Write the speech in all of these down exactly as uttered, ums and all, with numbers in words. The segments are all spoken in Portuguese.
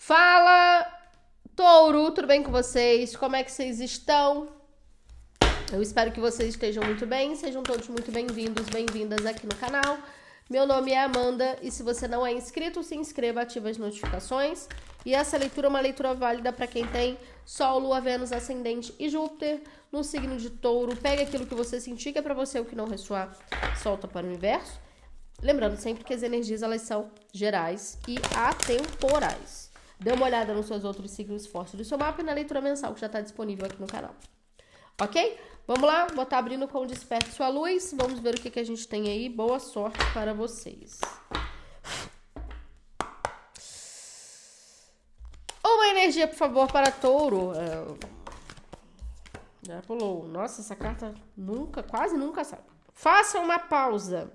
Fala, Touro, tudo bem com vocês? Como é que vocês estão? Eu espero que vocês estejam muito bem, sejam todos muito bem-vindos, bem-vindas aqui no canal. Meu nome é Amanda e se você não é inscrito, se inscreva, ative as notificações. E essa leitura é uma leitura válida para quem tem Sol, Lua, Vênus, Ascendente e Júpiter no signo de Touro. Pegue aquilo que você sentir que é para você, o que não ressoar, solta para o universo. Lembrando sempre que as energias elas são gerais e atemporais. Dê uma olhada nos seus outros signos fortes do seu mapa e na leitura mensal que já está disponível aqui no canal. Ok? Vamos lá, vou estar abrindo com Desperte Sua Luz. Vamos ver o que, que a gente tem aí. Boa sorte para vocês. Uma energia, por favor, para Touro. Já pulou. Nossa, essa carta nunca, quase nunca sai. Faça uma pausa.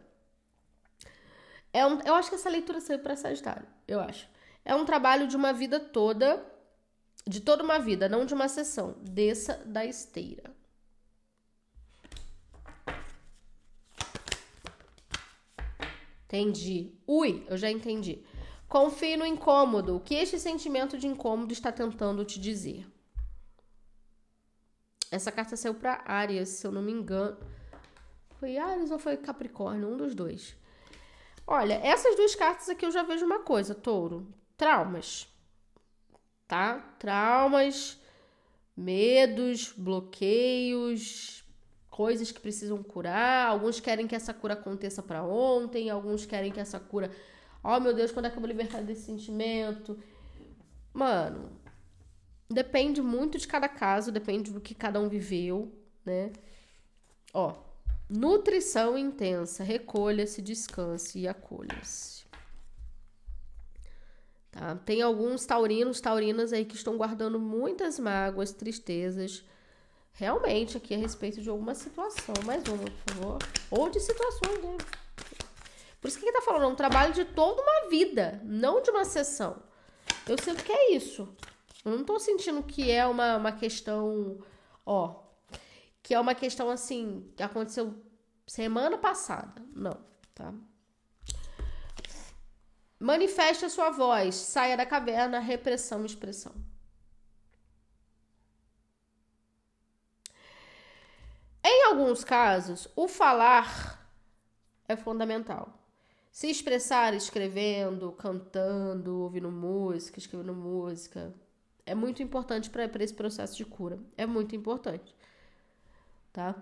É um, eu acho que essa leitura saiu para Sagitário. Eu acho. É um trabalho de uma vida toda, de toda uma vida, não de uma sessão. Desça da esteira. Entendi. Ui, eu já entendi. Confie no incômodo. O que este sentimento de incômodo está tentando te dizer? Essa carta saiu para Áries, se eu não me engano. Foi Áries ou foi Capricórnio? Um dos dois. Olha, essas duas cartas aqui eu já vejo uma coisa, Touro. Traumas. Tá? Traumas, medos, bloqueios, coisas que precisam curar. Alguns querem que essa cura aconteça para ontem, alguns querem que essa cura... Oh, meu Deus, quando é que eu vou libertar desse sentimento? Mano, depende muito de cada caso, depende do que cada um viveu, né? Ó, nutrição intensa, recolha-se, descanse e acolha-se. Tá? Tem alguns taurinos, taurinas aí que estão guardando muitas mágoas, tristezas, realmente aqui a respeito de alguma situação. Mais uma, por favor. Ou de situações, né? Por isso que ele tá falando, é um trabalho de toda uma vida, não de uma sessão. Eu sinto que é isso. Eu não tô sentindo que é uma, uma questão, ó, que é uma questão assim, que aconteceu semana passada. Não, tá? Manifeste a sua voz, saia da caverna, repressão e expressão. Em alguns casos, o falar é fundamental. Se expressar escrevendo, cantando, ouvindo música, escrevendo música, é muito importante para esse processo de cura. É muito importante, tá?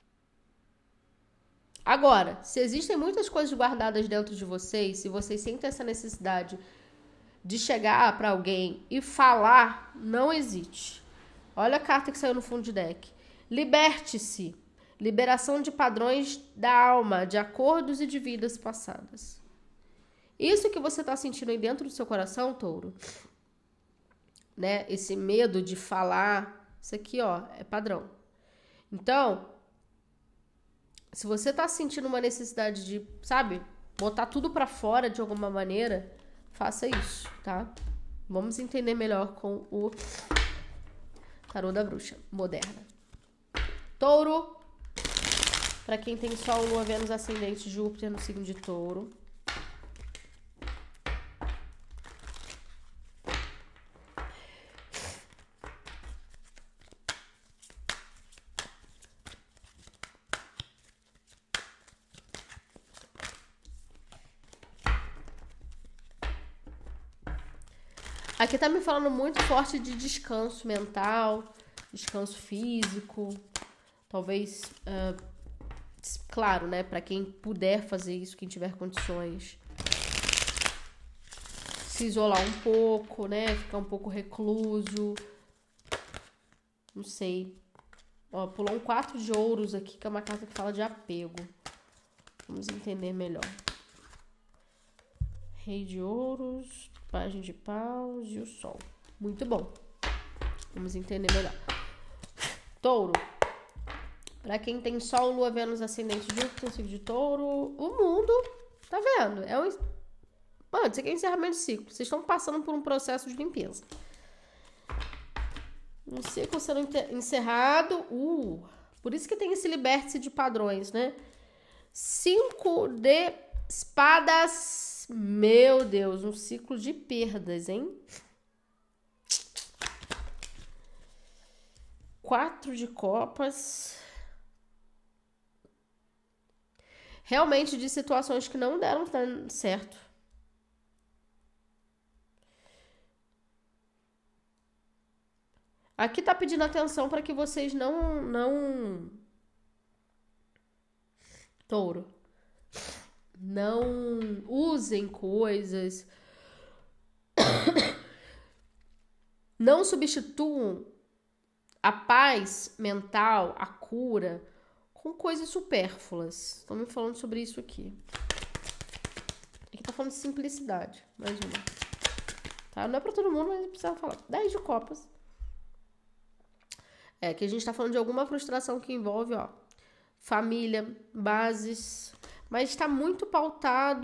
Agora, se existem muitas coisas guardadas dentro de vocês, se vocês sentem essa necessidade de chegar para alguém e falar, não existe. Olha a carta que saiu no fundo de deck. Liberte-se. Liberação de padrões da alma, de acordos e de vidas passadas. Isso que você está sentindo aí dentro do seu coração, Touro, né? Esse medo de falar, isso aqui, ó, é padrão. Então, se você tá sentindo uma necessidade de, sabe, botar tudo pra fora de alguma maneira, faça isso, tá? Vamos entender melhor com o tarô da bruxa moderna. Touro, pra quem tem Sol, Lua, Vênus, Ascendente, Júpiter no signo de Touro. Aqui tá me falando muito forte de descanso mental, descanso físico, talvez, uh, claro, né, pra quem puder fazer isso, quem tiver condições, se isolar um pouco, né, ficar um pouco recluso, não sei. Ó, pulou um quatro de ouros aqui, que é uma carta que fala de apego. Vamos entender melhor. Rei de ouros, página de paus e o sol. Muito bom. Vamos entender melhor. Touro. Pra quem tem Sol, Lua, Vênus, Ascendente, Júpiter, signo de Touro. O mundo, tá vendo? É um... Mano, isso aqui é um encerramento de ciclo. Vocês estão passando por um processo de limpeza. Um ciclo sendo encerrado. Uh, por isso que tem esse liberte-se de padrões, né? Cinco de espadas. Meu Deus, um ciclo de perdas, hein? Quatro de copas. Realmente de situações que não deram certo. Aqui tá pedindo atenção para que vocês não, não... Touro. Não usem coisas. Não substituam a paz mental, a cura, com coisas supérfluas. Estão me falando sobre isso aqui. Aqui tá falando de simplicidade. Mais uma. Tá? Não é pra todo mundo, mas precisa falar. Dez de copas. É que a gente tá falando de alguma frustração que envolve, ó, família, bases, mas está muito pautado.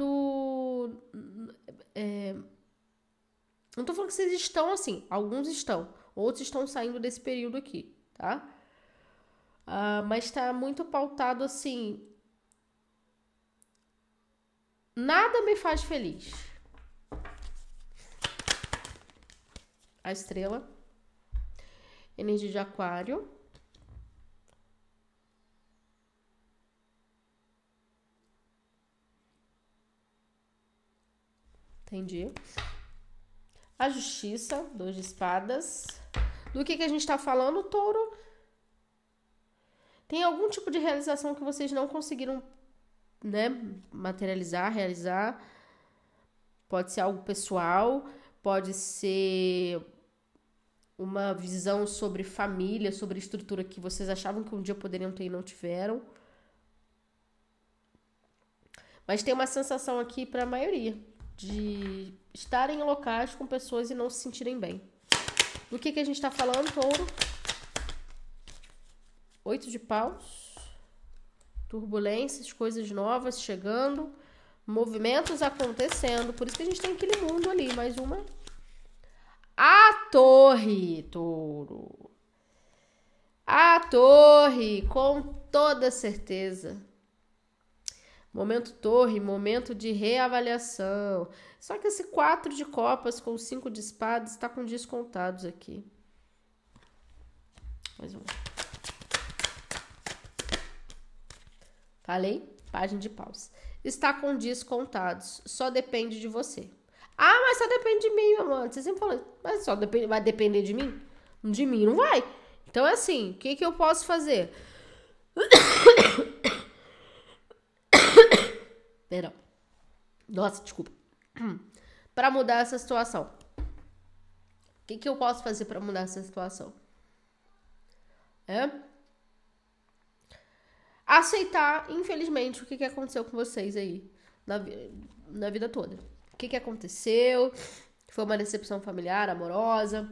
É, não tô falando que vocês estão assim, alguns estão, outros estão saindo desse período aqui, tá? Ah, mas está muito pautado assim. Nada me faz feliz. A estrela. Energia de aquário. Entendi. A justiça, dois de espadas. Do que, que a gente tá falando, touro? Tem algum tipo de realização que vocês não conseguiram, né, materializar, realizar. Pode ser algo pessoal, pode ser uma visão sobre família, sobre estrutura que vocês achavam que um dia poderiam ter e não tiveram. Mas tem uma sensação aqui para a maioria de estarem em locais com pessoas e não se sentirem bem. Do que, que a gente está falando, touro? Oito de paus. Turbulências, coisas novas chegando. Movimentos acontecendo. Por isso que a gente tem aquele mundo ali. Mais uma. A torre, touro. A torre, com toda certeza. Momento torre, momento de reavaliação. Só que esse quatro de copas com cinco de espadas está com descontados aqui. Mais um. Falei? Página de paus. Está com descontados. Só depende de você. Ah, mas só depende de mim, meu amor. Você sempre falou, mas só depende, vai depender de mim? De mim não vai. Então, é assim, o que, que eu posso fazer? Perdão. Nossa, desculpa. Para mudar essa situação. O que, que eu posso fazer para mudar essa situação? É? Aceitar, infelizmente, o que, que aconteceu com vocês aí na, na vida toda. O que, que aconteceu? Foi uma decepção familiar, amorosa.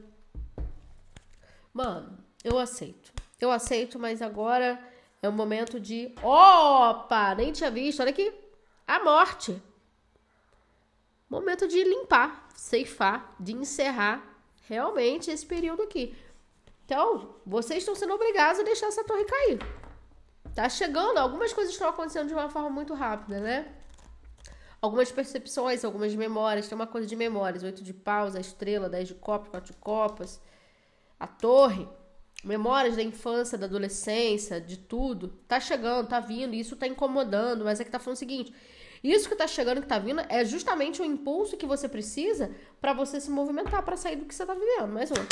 Mano, eu aceito. Eu aceito, mas agora é o momento de... Opa! Nem tinha visto. Olha aqui. A morte. Momento de limpar, ceifar, de encerrar realmente esse período aqui. Então, vocês estão sendo obrigados a deixar essa torre cair. Tá chegando, algumas coisas estão acontecendo de uma forma muito rápida, né? Algumas percepções, algumas memórias. Tem uma coisa de memórias. Oito de paus, a estrela, dez de copas, quatro de copas. A torre. Memórias da infância, da adolescência, de tudo. Tá chegando, tá vindo. E isso tá incomodando. Mas é que tá falando o seguinte. Isso que tá chegando, que tá vindo, é justamente o impulso que você precisa pra você se movimentar, pra sair do que você tá vivendo. Mais um.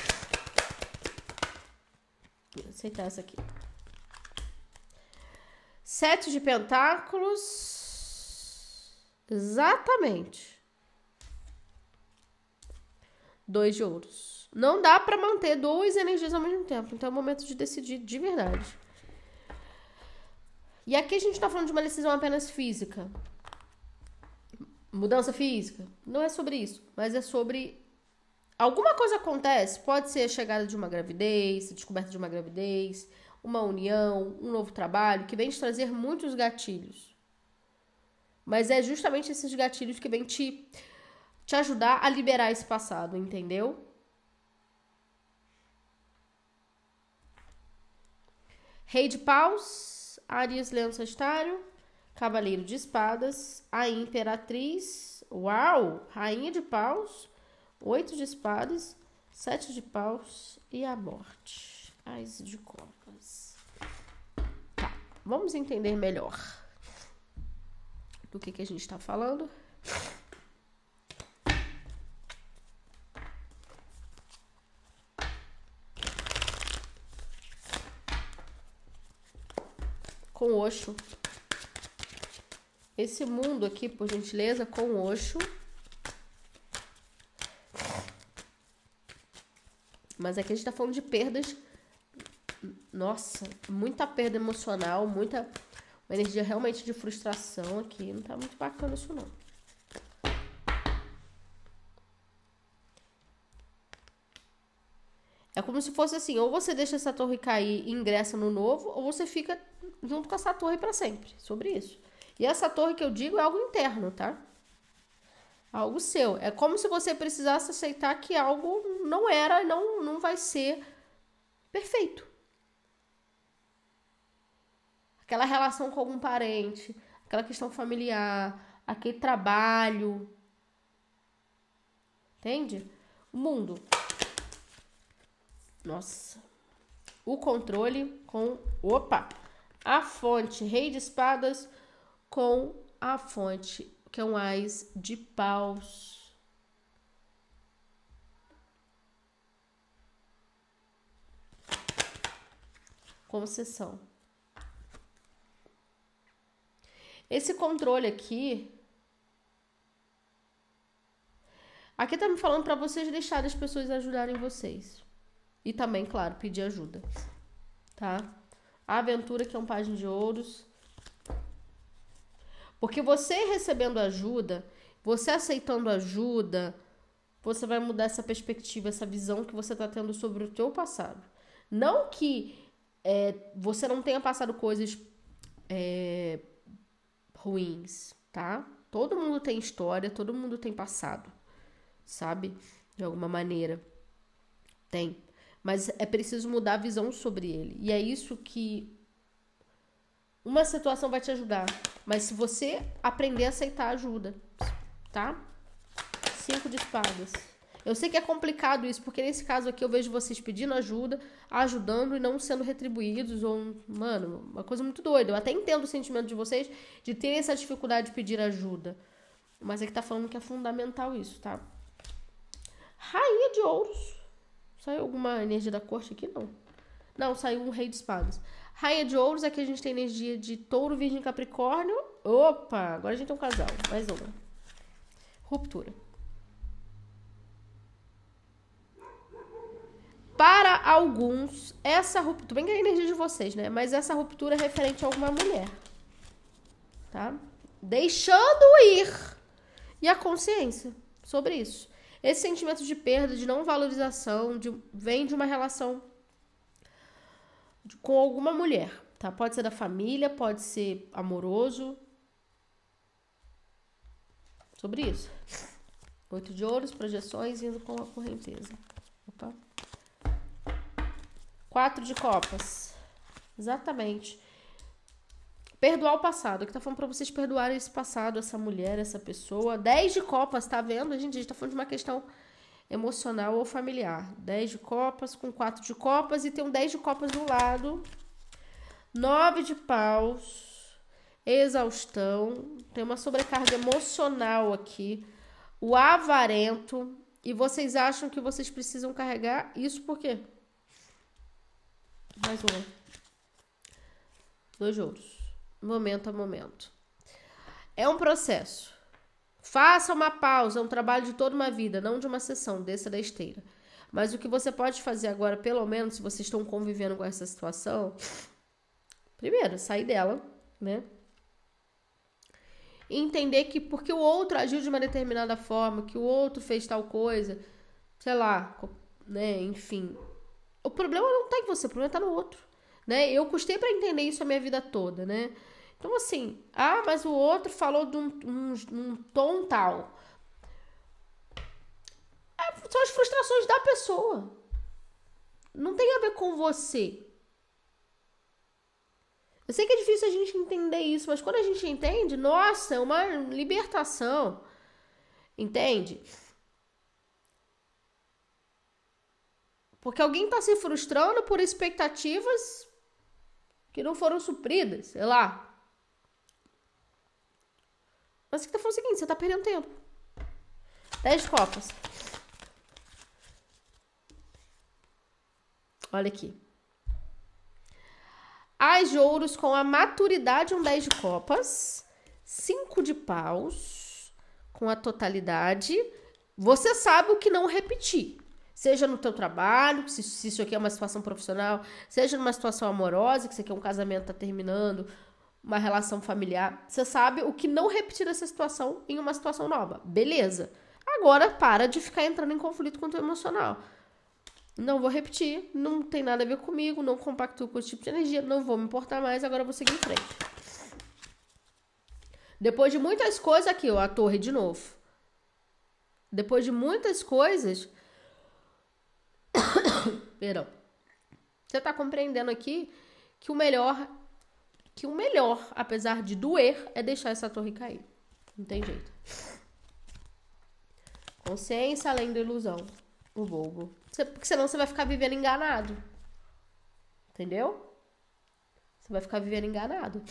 Vou aceitar essa aqui. Sete de pentáculos. Exatamente. Dois de ouros. Não dá pra manter duas energias ao mesmo tempo. Então é o momento de decidir de verdade. E aqui a gente tá falando de uma decisão apenas física. Mudança física. Não é sobre isso. Mas é sobre... Alguma coisa acontece. Pode ser a chegada de uma gravidez, a descoberta de uma gravidez, uma união, um novo trabalho, que vem te trazer muitos gatilhos. Mas é justamente esses gatilhos que vêm te, te ajudar a liberar esse passado, entendeu? Rei de paus, Áries, Leão, Sagitário, Cavaleiro de espadas, a Imperatriz, uau, Rainha de paus, oito de espadas, sete de paus e a morte. Ás de copas. Tá, vamos entender melhor do que, que a gente está falando. Com Osho. Esse mundo aqui, por gentileza, com Osho. Mas aqui a gente tá falando de perdas. Nossa, muita perda emocional, muita uma energia realmente de frustração aqui. Não tá muito bacana isso, não. É como se fosse assim, ou você deixa essa torre cair e ingressa no novo, ou você fica junto com essa torre pra sempre. Sobre isso. E essa torre que eu digo é algo interno, tá? Algo seu. É como se você precisasse aceitar que algo não era e não, não vai ser perfeito. Aquela relação com algum parente, aquela questão familiar, aquele trabalho. Entende? O mundo. Nossa. O controle com... Opa! A fonte. Rei de espadas com a fonte, que é um ás de paus. Concessão. Esse controle aqui... Aqui tá me falando para vocês deixarem as pessoas ajudarem vocês. E também, claro, pedir ajuda. Tá? A aventura, que é um pajem de ouros. Porque você recebendo ajuda, você aceitando ajuda, você vai mudar essa perspectiva, essa visão que você tá tendo sobre o teu passado. Não que é, você não tenha passado coisas é, ruins, tá? Todo mundo tem história, todo mundo tem passado, sabe? De alguma maneira. Tem. Mas é preciso mudar a visão sobre ele. E é isso que uma situação vai te ajudar. Mas se você aprender a aceitar ajuda, tá? Cinco de espadas. Eu sei que é complicado isso, porque nesse caso aqui eu vejo vocês pedindo ajuda, ajudando e não sendo retribuídos. Ou, mano, uma coisa muito doida. Eu até entendo o sentimento de vocês de terem essa dificuldade de pedir ajuda. Mas é que tá falando que é fundamental isso, tá? Rainha de ouros. Saiu alguma energia da corte aqui? Não. Não, saiu um rei de espadas. Rainha de ouros, aqui a gente tem energia de touro, virgem, capricórnio. Opa, agora a gente tem um casal. Mais uma. Ruptura. Para alguns, essa ruptura... Tudo bem que é a energia de vocês, né? Mas essa ruptura é referente a alguma mulher. Tá? Deixando ir. E a consciência sobre isso. Esse sentimento de perda, de não valorização, de, vem de uma relação de, com alguma mulher, tá? Pode ser da família, pode ser amoroso. Sobre isso. Oito de ouros, projeções, indo com a correnteza. Opa. Quatro de copas. Exatamente. Perdoar o passado. Aqui tá falando pra vocês perdoarem esse passado, essa mulher, essa pessoa. Dez de copas, tá vendo? A gente, a gente tá falando de uma questão emocional ou familiar. Dez de copas com quatro de copas e tem um dez de copas do lado. Nove de paus. Exaustão. Tem uma sobrecarga emocional aqui. O avarento. E vocês acham que vocês precisam carregar isso por quê? Mais uma. Dois de ouros. Momento a momento. É um processo. Faça uma pausa, é um trabalho de toda uma vida, não de uma sessão, desça da esteira. Mas o que você pode fazer agora, pelo menos, se vocês estão convivendo com essa situação, primeiro, sair dela, né? E entender que porque o outro agiu de uma determinada forma, que o outro fez tal coisa, sei lá, né, enfim. O problema não tá em você, o problema tá no outro, né? Eu custei pra entender isso a minha vida toda, né? Então, assim, ah, mas o outro falou de um, um, um tom tal. É, são as frustrações da pessoa. Não tem a ver com você. Eu sei que é difícil a gente entender isso, mas quando a gente entende, nossa, é uma libertação. Entende? Porque alguém tá se frustrando por expectativas que não foram supridas, sei lá. Mas você tá falando o seguinte, você tá perdendo tempo. Dez copas. Olha aqui. As de ouros com a maturidade, um dez de copas. Cinco de paus, com a totalidade. Você sabe o que não repetir. Seja no teu trabalho, se, se isso aqui é uma situação profissional, seja numa situação amorosa, que isso aqui é um casamento tá terminando, uma relação familiar. Você sabe o que não repetir dessa situação em uma situação nova. Beleza. Agora, para de ficar entrando em conflito com o teu emocional. Não vou repetir, não tem nada a ver comigo, não compactuo com esse tipo de energia, não vou me importar mais, agora eu vou seguir em frente. Depois de muitas coisas, aqui, ó, a torre de novo. Depois de muitas coisas... Perdão. Você tá compreendendo aqui que o melhor, que o melhor, apesar de doer, é deixar essa torre cair. Não tem jeito. Consciência além da ilusão. O bobo. Porque senão você vai ficar vivendo enganado. Entendeu? Você vai ficar vivendo enganado.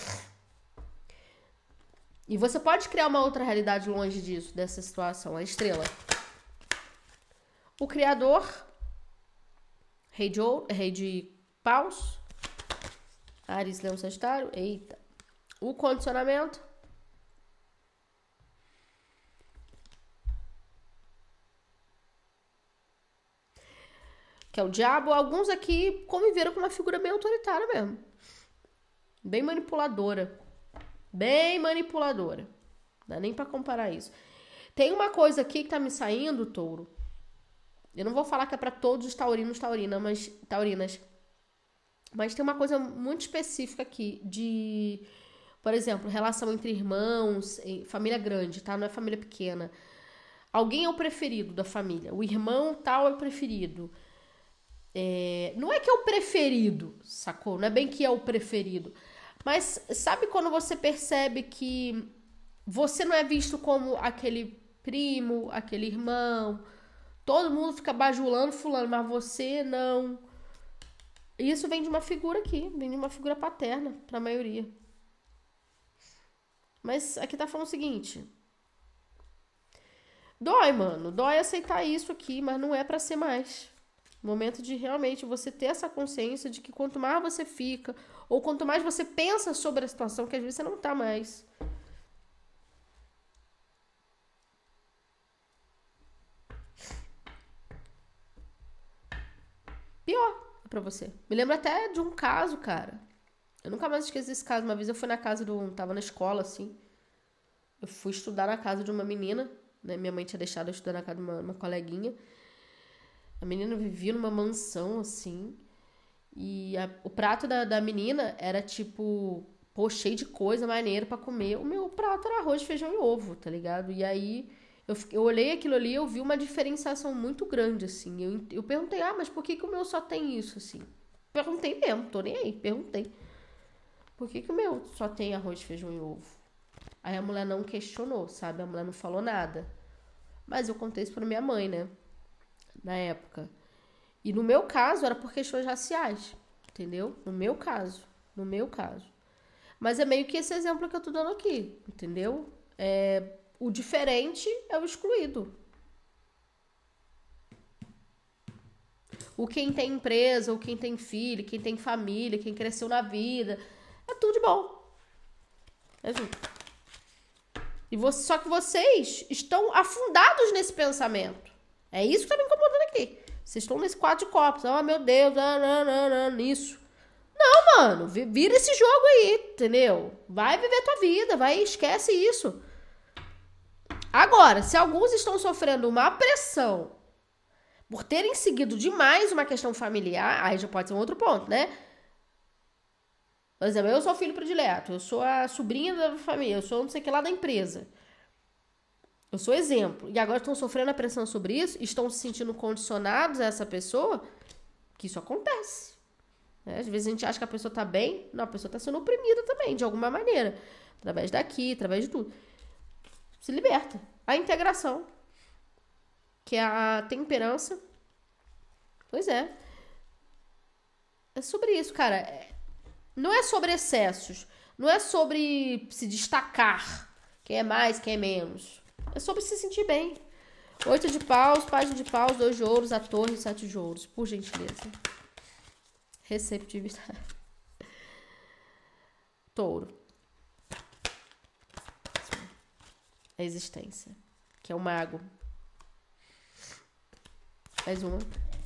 E você pode criar uma outra realidade longe disso, dessa situação. A estrela. O criador. Rei de, ouro, rei de paus. Áries, Leão, Sagitário. Eita. O condicionamento. Que é o diabo. Alguns aqui conviveram com uma figura bem autoritária mesmo. Bem manipuladora. Bem manipuladora. Não dá nem pra comparar isso. Tem uma coisa aqui que tá me saindo, touro. Eu não vou falar que é pra todos os taurinos taurina, mas, taurinas. Mas tem uma coisa muito específica aqui. De, por exemplo, relação entre irmãos. Família grande, tá? Não é família pequena. Alguém é o preferido da família. O irmão tal é o preferido. É, não é que é o preferido, sacou? Não é bem que é o preferido. Mas sabe quando você percebe que você não é visto como aquele primo, aquele irmão? Todo mundo fica bajulando fulano, mas você não. Isso vem de uma figura aqui, vem de uma figura paterna, pra maioria. Mas aqui tá falando o seguinte. Dói, mano. Dói aceitar isso aqui, mas não é pra ser mais. Momento de realmente você ter essa consciência de que quanto mais você fica, ou quanto mais você pensa sobre a situação, que às vezes você não tá mais. Pior pra você. Me lembro até de um caso, cara. Eu nunca mais esqueci desse caso. Uma vez eu fui na casa de um... Tava na escola, assim. Eu fui estudar na casa de uma menina, né? Minha mãe tinha deixado eu estudar na casa de uma, uma coleguinha. A menina vivia numa mansão, assim, e a, o prato da, da menina era, tipo, pô, cheio de coisa maneira pra comer. O meu prato era arroz, feijão e ovo, tá ligado? E aí, eu, eu olhei aquilo ali e eu vi uma diferenciação muito grande, assim. Eu, eu perguntei, ah, mas por que que o meu só tem isso, assim? Perguntei mesmo, tô nem aí, perguntei. Por que que o meu só tem arroz, feijão e ovo? Aí a mulher não questionou, sabe? A mulher não falou nada. Mas eu contei isso pra minha mãe, né? Na época. E no meu caso, era por questões raciais. Entendeu? No meu caso. No meu caso. Mas é meio que esse exemplo que eu tô dando aqui. Entendeu? É, o diferente é o excluído. O quem tem empresa, ou quem tem filho, quem tem família, quem cresceu na vida. É tudo de bom. É tudo. E você, só que vocês estão afundados nesse pensamento. É isso que tá me incomodando aqui. Vocês estão nesse quadro de copos. Oh, meu Deus, ah, não, não, não, nisso. Não, mano, vira esse jogo aí, entendeu? Vai viver tua vida, vai, esquece isso. Agora, se alguns estão sofrendo uma pressão por terem seguido demais uma questão familiar, aí já pode ser um outro ponto, né? Por exemplo, eu sou filho predileto, eu sou a sobrinha da família, eu sou não sei o que lá da empresa. Eu sou exemplo. E agora estão sofrendo a pressão sobre isso, estão se sentindo condicionados a essa pessoa, que isso acontece. Né? Às vezes a gente acha que a pessoa tá bem, não, a pessoa tá sendo oprimida também, de alguma maneira. Através daqui, através de tudo. Se liberta. A integração, que é a temperança, Pois é. É sobre isso, cara. É... Não é sobre excessos. Não é sobre se destacar. Quem é mais, quem é menos. É sobre se sentir bem. Oito de paus, página de paus, dois de ouros, a torre, sete de ouros. Por gentileza. Receptividade. Touro. A existência. Que é o mago. Mais uma.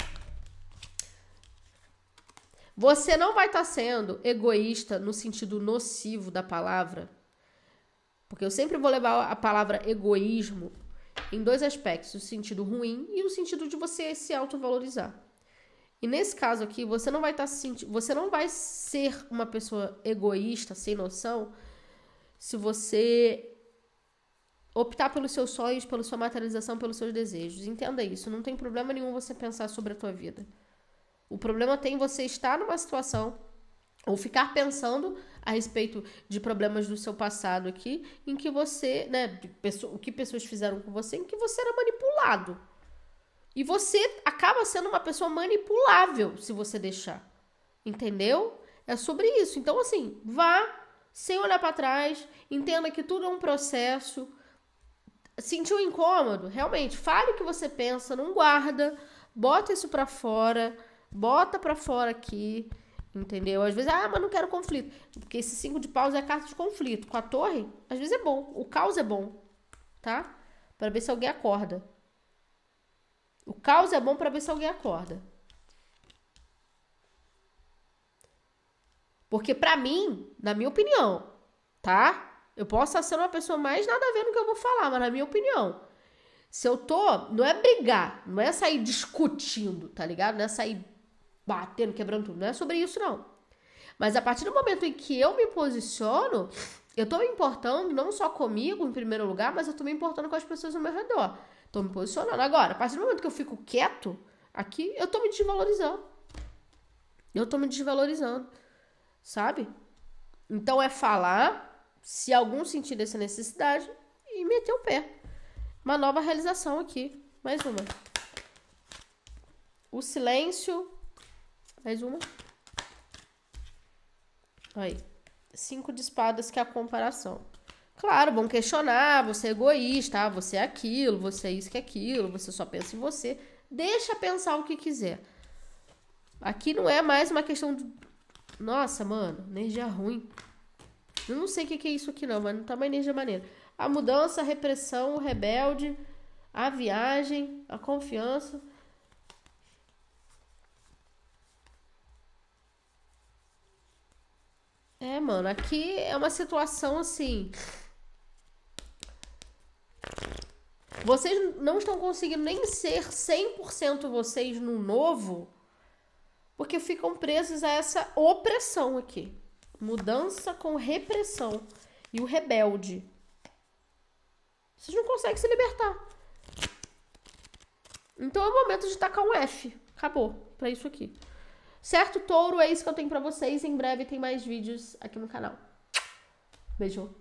Você não vai estar sendo egoísta no sentido nocivo da palavra. Porque eu sempre vou levar a palavra egoísmo em dois aspectos. O sentido ruim e o sentido de você se autovalorizar. E nesse caso aqui, você não vai estar se sentindo, você não vai ser uma pessoa egoísta, sem noção, se você optar pelos seus sonhos, pela sua materialização, pelos seus desejos. Entenda isso. Não tem problema nenhum você pensar sobre a tua vida. O problema tem você estar numa situação ou ficar pensando a respeito de problemas do seu passado aqui, em que você, né, de pessoa, o que pessoas fizeram com você, em que você era manipulado. E você acaba sendo uma pessoa manipulável se você deixar. Entendeu? É sobre isso. Então, assim, vá sem olhar pra trás, entenda que tudo é um processo. Sentiu incômodo? Realmente, fale o que você pensa, não guarda, bota isso pra fora, bota pra fora aqui, entendeu? Às vezes, ah, mas não quero conflito. Porque esse cinco de paus é a carta de conflito. Com a torre, às vezes é bom. O caos é bom, tá? Pra ver se alguém acorda. O caos é bom pra ver se alguém acorda. Porque pra mim, na minha opinião, tá? Eu posso estar sendo uma pessoa mais nada a ver no que eu vou falar, mas na minha opinião, se eu tô, não é brigar, não é sair discutindo, tá ligado? Não é sair batendo, quebrando tudo, não é sobre isso não. Mas a partir do momento em que eu me posiciono, eu tô me importando não só comigo em primeiro lugar, mas eu tô me importando com as pessoas ao meu redor. Tô me posicionando. Agora, a partir do momento que eu fico quieto aqui, eu tô me desvalorizando. Eu tô me desvalorizando, sabe? Então é falar, se algum sentir essa necessidade, e meter o pé. Uma nova realização aqui. Mais uma. O silêncio. Mais uma. Aí. Cinco de espadas, que é a comparação. Claro, vão questionar, você é egoísta, ah, você é aquilo, você é isso que é aquilo, você só pensa em você. Deixa pensar o que quiser. Aqui não é mais uma questão de... Nossa, mano, energia ruim. Eu não sei o que é isso aqui não, mas não tá uma energia maneira. A mudança, a repressão, o rebelde, a viagem, a confiança. É, mano, aqui é uma situação assim... Vocês não estão conseguindo nem ser cem por cento vocês no novo, porque ficam presos a essa opressão aqui. Mudança com repressão. E o rebelde. Vocês não conseguem se libertar. Então é o momento de tacar um F. Acabou. Pra isso aqui. Certo, touro? É isso que eu tenho pra vocês. Em breve tem mais vídeos aqui no canal. Beijo.